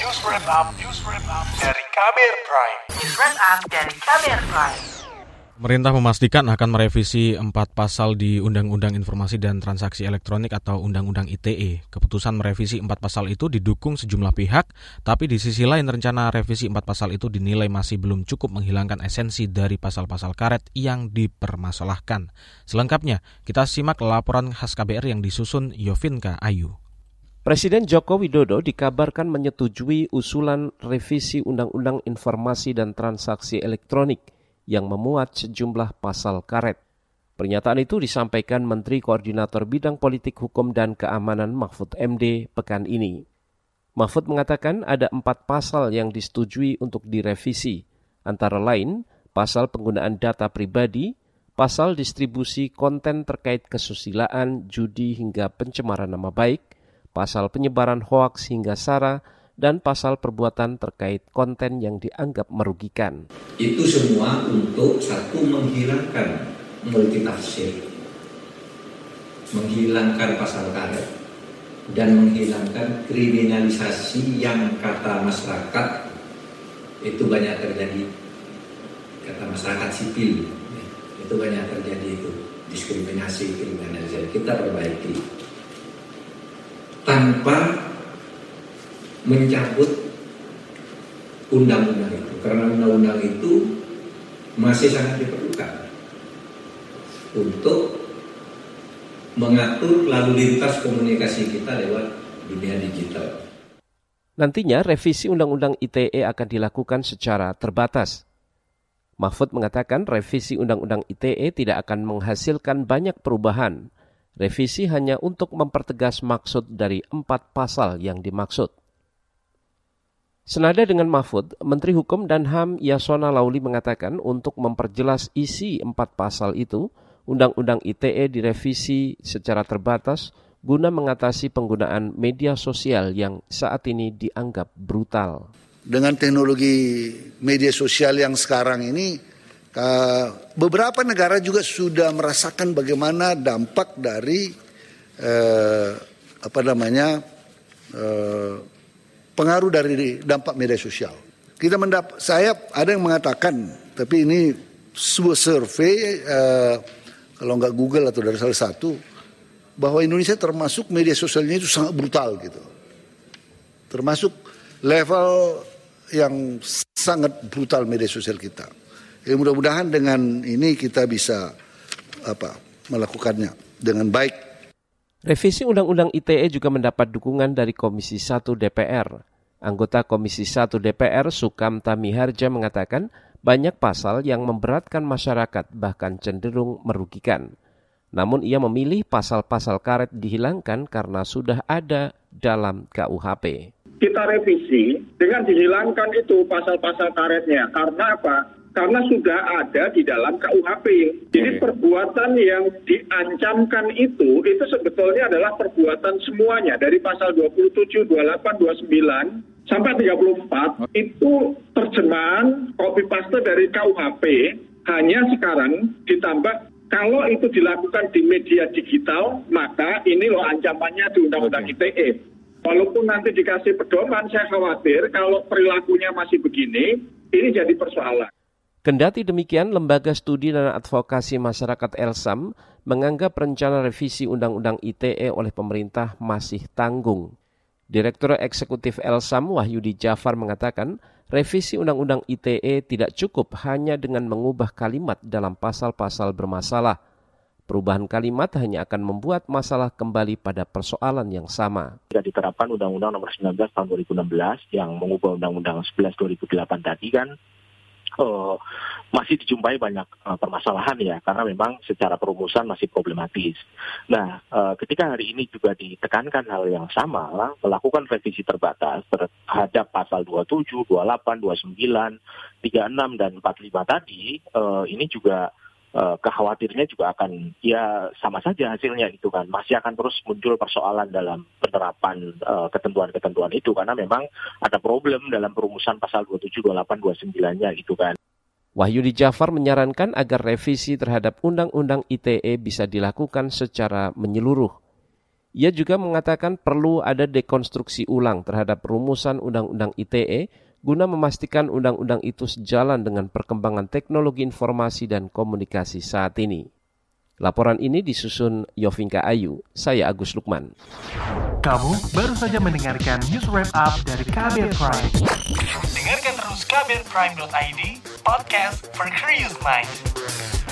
News Wrap Up dari Kamer Prime. News Wrap Up dari Kamer Prime. Pemerintah memastikan akan merevisi 4 pasal di Undang-Undang Informasi dan Transaksi Elektronik atau Undang-Undang ITE. Keputusan merevisi 4 pasal itu didukung sejumlah pihak, tapi di sisi lain rencana revisi 4 pasal itu dinilai masih belum cukup menghilangkan esensi dari pasal-pasal karet yang dipermasalahkan. Selengkapnya, kita simak laporan khas KBR yang disusun Yovinka Ayu. Presiden Joko Widodo dikabarkan menyetujui usulan revisi Undang-Undang Informasi dan Transaksi Elektronik yang memuat sejumlah pasal karet. Pernyataan itu disampaikan Menteri Koordinator Bidang Politik Hukum dan Keamanan Mahfud MD pekan ini. Mahfud mengatakan ada 4 pasal yang disetujui untuk direvisi, antara lain pasal penggunaan data pribadi, pasal distribusi konten terkait kesusilaan, judi hingga pencemaran nama baik, pasal penyebaran hoaks hingga sara, dan pasal perbuatan terkait konten yang dianggap merugikan. Itu semua untuk satu menghilangkan multitafsir, menghilangkan pasal karet, dan menghilangkan kriminalisasi yang kata masyarakat itu banyak terjadi, kata masyarakat sipil itu banyak terjadi, itu diskriminasi, kriminalisasi. Kita perbaiki tanpa mencabut undang-undang itu, karena undang-undang itu masih sangat diperlukan untuk mengatur lalu lintas komunikasi kita lewat dunia digital. Nantinya revisi Undang-Undang ITE akan dilakukan secara terbatas. Mahfud mengatakan revisi Undang-Undang ITE tidak akan menghasilkan banyak perubahan. Revisi hanya untuk mempertegas maksud dari 4 pasal yang dimaksud. Senada dengan Mahfud, Menteri Hukum dan HAM Yasona Lauli mengatakan untuk memperjelas isi 4 pasal itu, Undang-Undang ITE direvisi secara terbatas guna mengatasi penggunaan media sosial yang saat ini dianggap brutal. Dengan teknologi media sosial yang sekarang ini, beberapa negara juga sudah merasakan bagaimana dampak dari pengaruh dari dampak media sosial. Saya ada yang mengatakan, tapi ini sebuah survei, kalau nggak Google atau dari salah satu, bahwa Indonesia termasuk media sosialnya itu sangat brutal gitu. Termasuk level yang sangat brutal media sosial kita. Mudah-mudahan dengan ini kita bisa melakukannya dengan baik. Revisi Undang-Undang ITE juga mendapat dukungan dari Komisi 1 DPR. Anggota Komisi 1 DPR Sukamta Miharja mengatakan banyak pasal yang memberatkan masyarakat bahkan cenderung merugikan. Namun ia memilih pasal-pasal karet dihilangkan karena sudah ada dalam KUHP. Kita revisi dengan dihilangkan itu pasal-pasal karetnya. Karena apa? Karena sudah ada di dalam KUHP. Jadi perbuatan yang diancamkan itu sebetulnya adalah perbuatan semuanya. Dari pasal 27, 28, 29 sampai 34 itu terjemahan copy paste dari KUHP. Hanya sekarang ditambah kalau itu dilakukan di media digital, maka ini loh ancamannya di Undang-Undang ITE. Walaupun nanti dikasih pedoman, saya khawatir kalau perilakunya masih begini, ini jadi persoalan. Kendati demikian, Lembaga Studi dan Advokasi Masyarakat Elsam menganggap rencana revisi Undang-Undang ITE oleh pemerintah masih tanggung. Direktur Eksekutif Elsam Wahyudi Jafar mengatakan, revisi Undang-Undang ITE tidak cukup hanya dengan mengubah kalimat dalam pasal-pasal bermasalah. Perubahan kalimat hanya akan membuat masalah kembali pada persoalan yang sama. Jika diterapkan Undang-Undang Nomor 19 Tahun 2016 yang mengubah Undang-Undang 11 2008 tadi kan, masih dijumpai banyak permasalahan ya, karena memang secara perumusan masih problematis. Nah, ketika hari ini juga ditekankan hal yang sama, melakukan revisi terbatas terhadap pasal 27, 28, 29, 36, dan 45 tadi, ini juga khawatirnya juga akan ya sama saja hasilnya itu kan, masih akan terus muncul persoalan dalam penerapan ketentuan-ketentuan itu karena memang ada problem dalam perumusan pasal 27, 28, 29-nya gitu kan. Wahyudi Jafar menyarankan agar revisi terhadap Undang-Undang ITE bisa dilakukan secara menyeluruh. Ia juga mengatakan perlu ada dekonstruksi ulang terhadap rumusan Undang-Undang ITE guna memastikan undang-undang itu sejalan dengan perkembangan teknologi informasi dan komunikasi saat ini. Laporan ini disusun Yovinka Ayu, saya Agus Lukman. Kamu baru saja mendengarkan news wrap up dari KBR Prime. Dengarkan terus kbrprime.id, podcast for curious mind.